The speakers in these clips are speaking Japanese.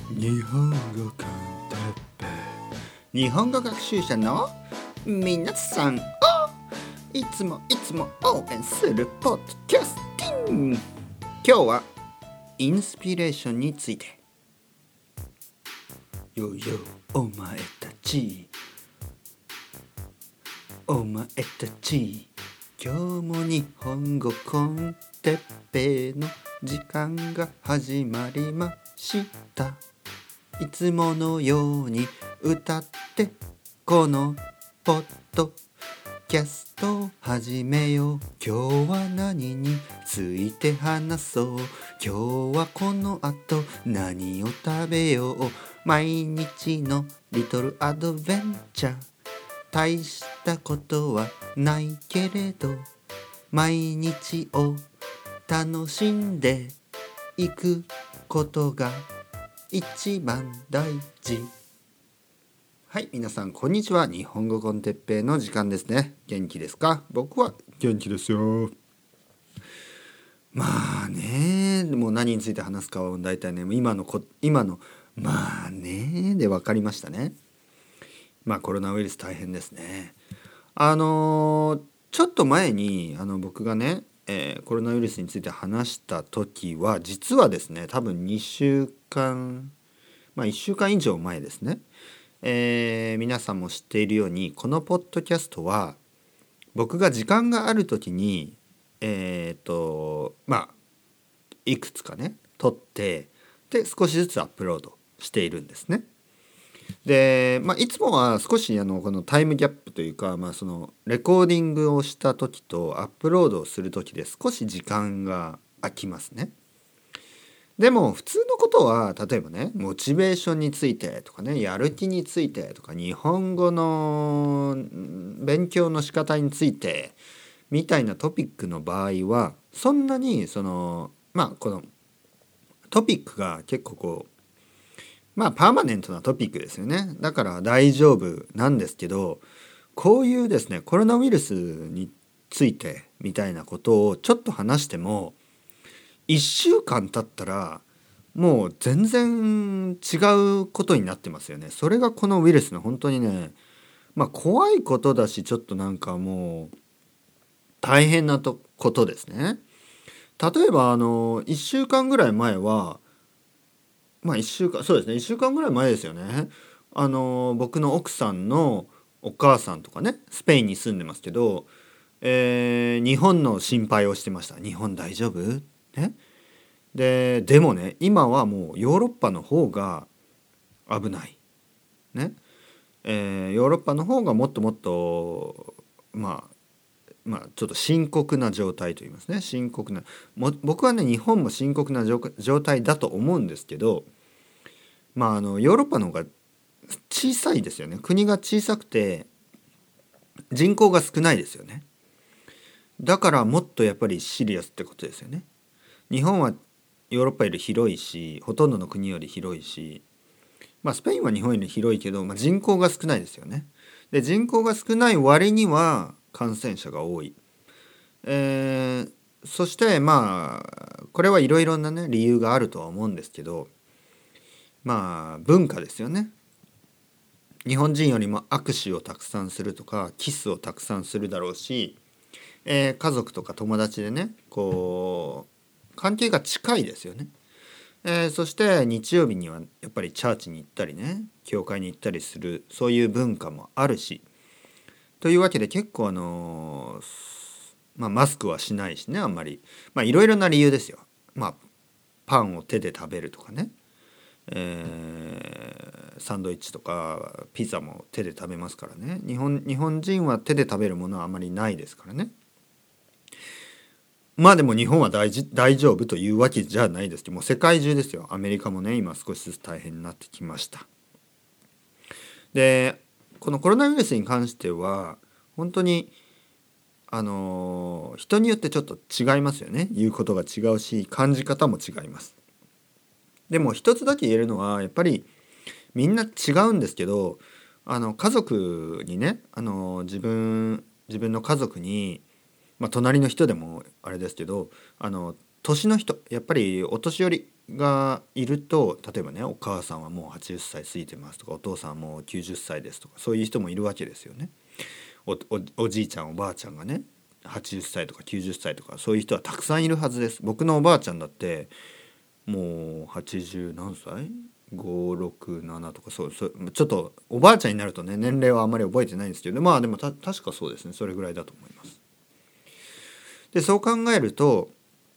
日本語コンテッペイ、日本語学習者の皆さんをいつも応援するポッドキャスティング。今日はインスピレーションについて。よよお前たち今日も日本語コンテッペイの時間が始まりました。いつものように歌ってこのポッドキャストを始めよう。今日は何について話そう。今日はこの後何を食べよう。毎日のリトルアドベンチャー、大したことはないけれど毎日を楽しんでいくことが一番大事。はい、皆さんこんにちは。日本語コンテッペイの時間ですね。元気ですか？僕は元気ですよ。まあね、もう何について話すかは大体ね、今のまあねで分かりましたね。まあコロナウイルス大変ですね。ちょっと前に僕がね、コロナウイルスについて話した時は実はですね、多分2週間1週間以上前ですね。皆さんも知っているようにこのポッドキャストは僕が時間がある時にいくつかね撮ってで少しずつアップロードしているんですね。で、いつもは少しこのタイムギャップというか、そのレコーディングをした時とアップロードをする時で少し時間が空きますね。でも普通のことは例えばね、モチベーションについてとかね、やる気についてとか、日本語の勉強の仕方についてみたいなトピックの場合はそんなにこのトピックが結構パーマネントなトピックですよね。だから大丈夫なんですけど、こういうですねコロナウイルスについてみたいなことをちょっと話しても1週間経ったらもう全然違うことになってますよね。それがこのウイルスの本当にね、怖いことだし、ちょっとなんかもう大変なことですね。例えば1週間ぐらい前はそうですね、1週間ぐらい前ですよね。僕の奥さんのお母さんとかね、スペインに住んでますけど、日本の心配をしてました。日本大丈夫？ね。でもね、今はもうヨーロッパの方が危ないね。ヨーロッパの方がもっともっとちょっと深刻な状態と言いますね。僕はね、日本も深刻な状態だと思うんですけど、ヨーロッパの方が小さいですよね。国が小さくて人口が少ないですよね。だからもっとやっぱりシリアスってことですよね。日本はヨーロッパより広いし、ほとんどの国より広いし、スペインは日本より広いけど、人口が少ないですよね。で、人口が少ない割には感染者が多い。そしてこれはいろいろなね理由があるとは思うんですけど、文化ですよね。日本人よりも握手をたくさんするとかキスをたくさんするだろうし、家族とか友達でね関係が近いですよね。そして日曜日にはやっぱりチャーチに行ったりね、教会に行ったりする、そういう文化もあるし、というわけで結構マスクはしないしね、あんまりいろいろな理由ですよ。パンを手で食べるとかね、サンドイッチとかピザも手で食べますからね。日本人は手で食べるものはあまりないですからね。でも日本は大丈夫というわけじゃないですけど、もう世界中ですよ。アメリカもね今少しずつ大変になってきました。でこのコロナウイルスに関しては本当に人によってちょっと違いますよね。言うことが違うし感じ方も違います。でも一つだけ言えるのはやっぱりみんな違うんですけど、家族にね自分の家族に、隣の人でもあれですけど年の人、やっぱりお年寄りがいると、例えばねお母さんはもう80歳過ぎてますとか、お父さんはもう90歳ですとか、そういう人もいるわけですよね。おじいちゃんおばあちゃんがね80歳とか90歳とか、そういう人はたくさんいるはずです。僕のおばあちゃんだってもう80何歳567とか、そうちょっとおばあちゃんになるとね年齢はあんまり覚えてないんですけど、まあでも確かそうですね、それぐらいだと思います。でそう考えると、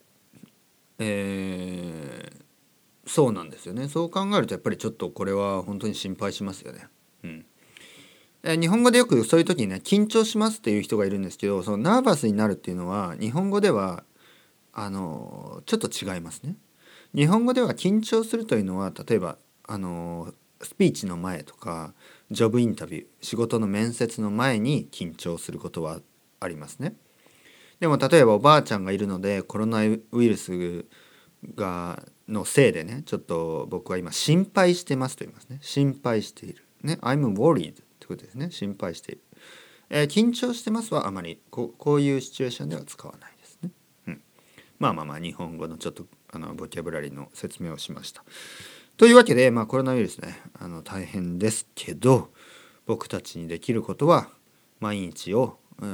そうなんですよね。そう考えるとやっぱりちょっとこれは本当に心配しますよね。うん。日本語でよくそういう時にね緊張しますっていう人がいるんですけど、そのナーバスになるっていうのは日本語ではちょっと違いますね。日本語では緊張するというのは、例えばスピーチの前とかジョブインタビュー、仕事の面接の前に緊張することはありますね。でも例えばおばあちゃんがいるのでコロナウイルスのせいでねちょっと僕は今心配してますと言いますね。心配しているね。 I'm worried ってことですね。心配している、緊張してますはあまりこういうシチュエーションでは使わないですね。うん、まあ日本語のちょっとボキャブラリーの説明をしました。というわけで、コロナウイルスね大変ですけど、僕たちにできることは毎日を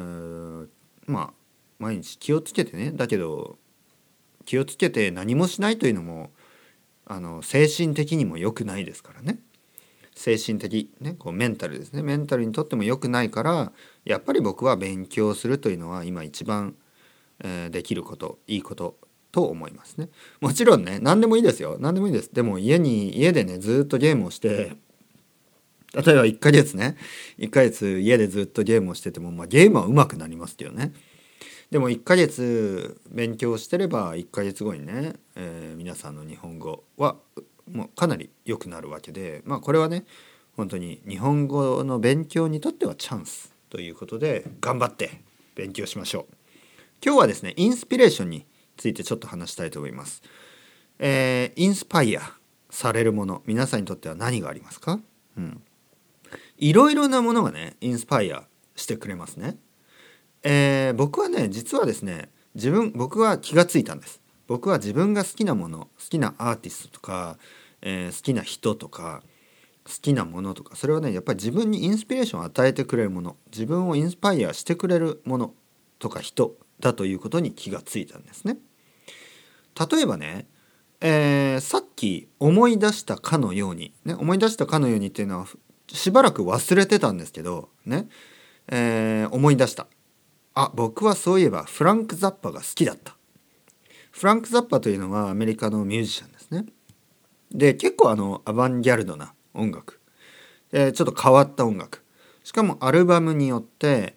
毎日気をつけてね、だけど気をつけて何もしないというのも精神的にも良くないですからね。精神的ね、こうメンタルですね、メンタルにとっても良くないから、やっぱり僕は勉強するというのは今一番、できること、いいことと思いますね。もちろんね何でもいいですよ、何でもいいです。でも家でねずっとゲームをして、例えば1ヶ月ね1ヶ月家でずっとゲームをしてても、ゲームは上手くなりますけどね。でも1ヶ月勉強してれば1ヶ月後にね、皆さんの日本語はもうかなり良くなるわけで、これはね本当に日本語の勉強にとってはチャンスということで頑張って勉強しましょう。今日はですねインスピレーションについてちょっと話したいと思います。インスパイアされるもの、皆さんにとっては何がありますか？いろいろなものがねインスパイアしてくれますね。僕はね実はですね僕は気がついたんです。僕は自分が好きなもの、好きなアーティストとか、好きな人とか好きなものとか、それはねやっぱり自分にインスピレーションを与えてくれるもの、自分をインスパイアしてくれるものとか人だということに気がついたんですね。例えばね、さっき思い出したかのようにね、思い出したかのようにっていうのはしばらく忘れてたんですけどね、思い出した。僕はそういえばフランク・ザッパが好きだった。フランク・ザッパというのはアメリカのミュージシャンですね。で結構アバンギャルドな音楽、ちょっと変わった音楽、しかもアルバムによって、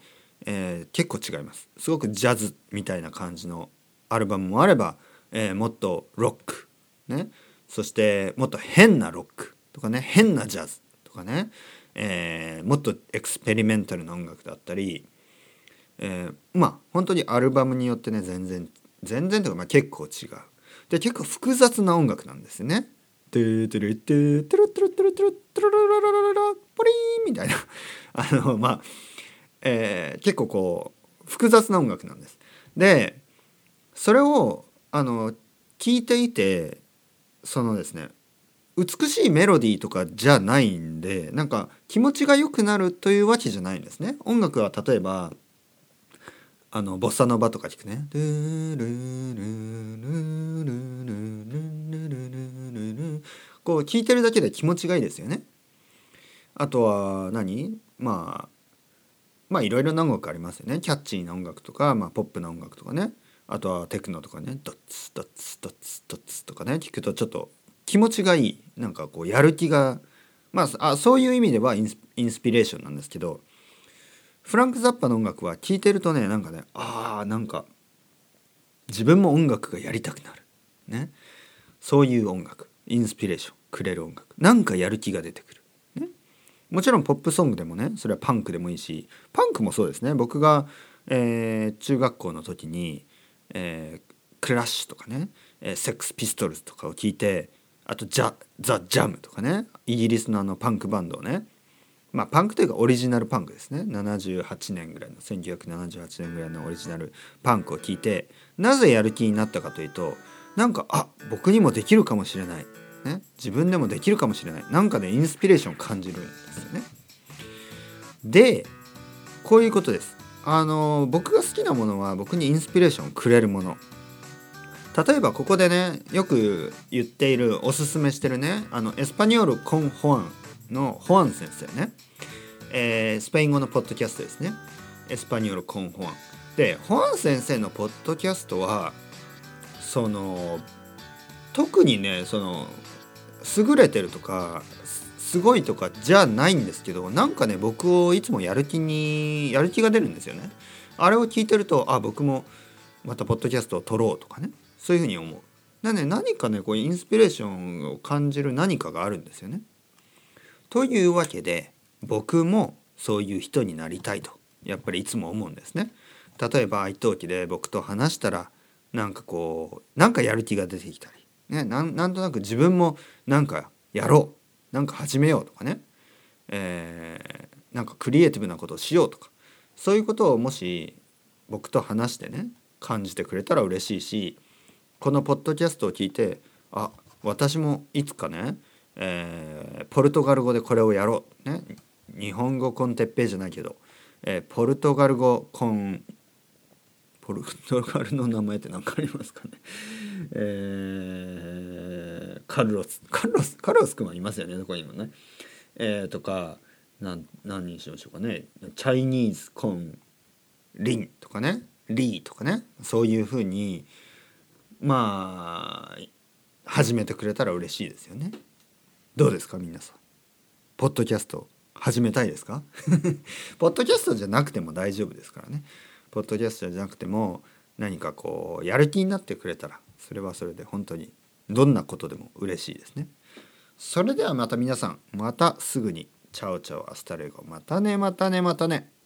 結構違います。すごくジャズみたいな感じのアルバムもあれば、もっとロックね、そしてもっと変なロックとかね、変なジャズとかね、もっとエクスペリメンタルな音楽だったり、本当にアルバムによってね全然というか結構違う。で結構複雑な音楽なんですよね。トゥトゥルトゥトゥルトゥルトゥルトゥルトゥルルルルルルポリーンみたいな結構こう複雑な音楽なんです。でそれを聞いていて、そのですね美しいメロディーとかじゃないんで、なんか気持ちが良くなるというわけじゃないんですね。音楽は例えばボッサノバとか聞くね。こう聞いてるだけで気持ちがいいですよね。あとはいろいろな音楽ありますよね。キャッチーな音楽とか、ポップな音楽とかね。あとはテクノとかね。ドッツドッツドッツドッツとかね。聞くとちょっと気持ちがいい。なんかこうやる気が、そういう意味ではインスピレーションなんですけど、フランク・ザッパの音楽は聴いてるとねなんか自分も音楽がやりたくなるね。そういう音楽、インスピレーションくれる音楽、なんかやる気が出てくる、ね、もちろんポップソングでもね、それはパンクでもいいし、パンクもそうですね。僕が、中学校の時に、クラッシュとかね、セックスピストルズとかを聴いて、あとザ・ジャムとかね、イギリスのパンクバンドをね、パンクというかオリジナルパンクですね。78年ぐらいの1978年ぐらいのオリジナルパンクを聞いて、なぜやる気になったかというと、 なんか僕にもできるかもしれない、ね、自分でもできるかもしれない、なんかねインスピレーションを感じるんですよね。でこういうことです。僕が好きなものは僕にインスピレーションをくれるもの。例えばここでねよく言っているおすすめしてるねエスパニョール・コン・ホアンのホアン先生ね、スペイン語のポッドキャストですね。エスパニョール・コン・ホアンで、ホアン先生のポッドキャストは特にね優れてるとかすごいとかじゃないんですけど、なんかね僕をいつもやる気が出るんですよね。あれを聞いてると僕もまたポッドキャストを撮ろうとかね、そういうふうに思う。何かねこうインスピレーションを感じる何かがあるんですよね。というわけで僕もそういう人になりたいとやっぱりいつも思うんですね。例えば愛登記で僕と話したらなんかやる気が出てきたり、ね、なんとなく自分もなんかやろう、なんか始めようとかね、なんかクリエイティブなことをしようとか、そういうことをもし僕と話してね感じてくれたら嬉しいし、このポッドキャストを聞いて私もいつかね、ポルトガル語でこれをやろう、ね、日本語コンテッペイじゃないけど、ポルトガル語ポルトガルの名前って何かありますかね、カルロス君はいますよね、どこにもね、とか何にしましょうかね、チャイニーズコンリンとかね、リーとかね、そういうふうに始めてくれたら嬉しいですよね。どうですか皆さん、ポッドキャスト始めたいですかポッドキャストじゃなくても大丈夫ですからね。ポッドキャストじゃなくても何かやる気になってくれたらそれはそれで本当にどんなことでも嬉しいですね。それではまた皆さん、またすぐにチャオチャオアスタレゴ、またねまたねまたね。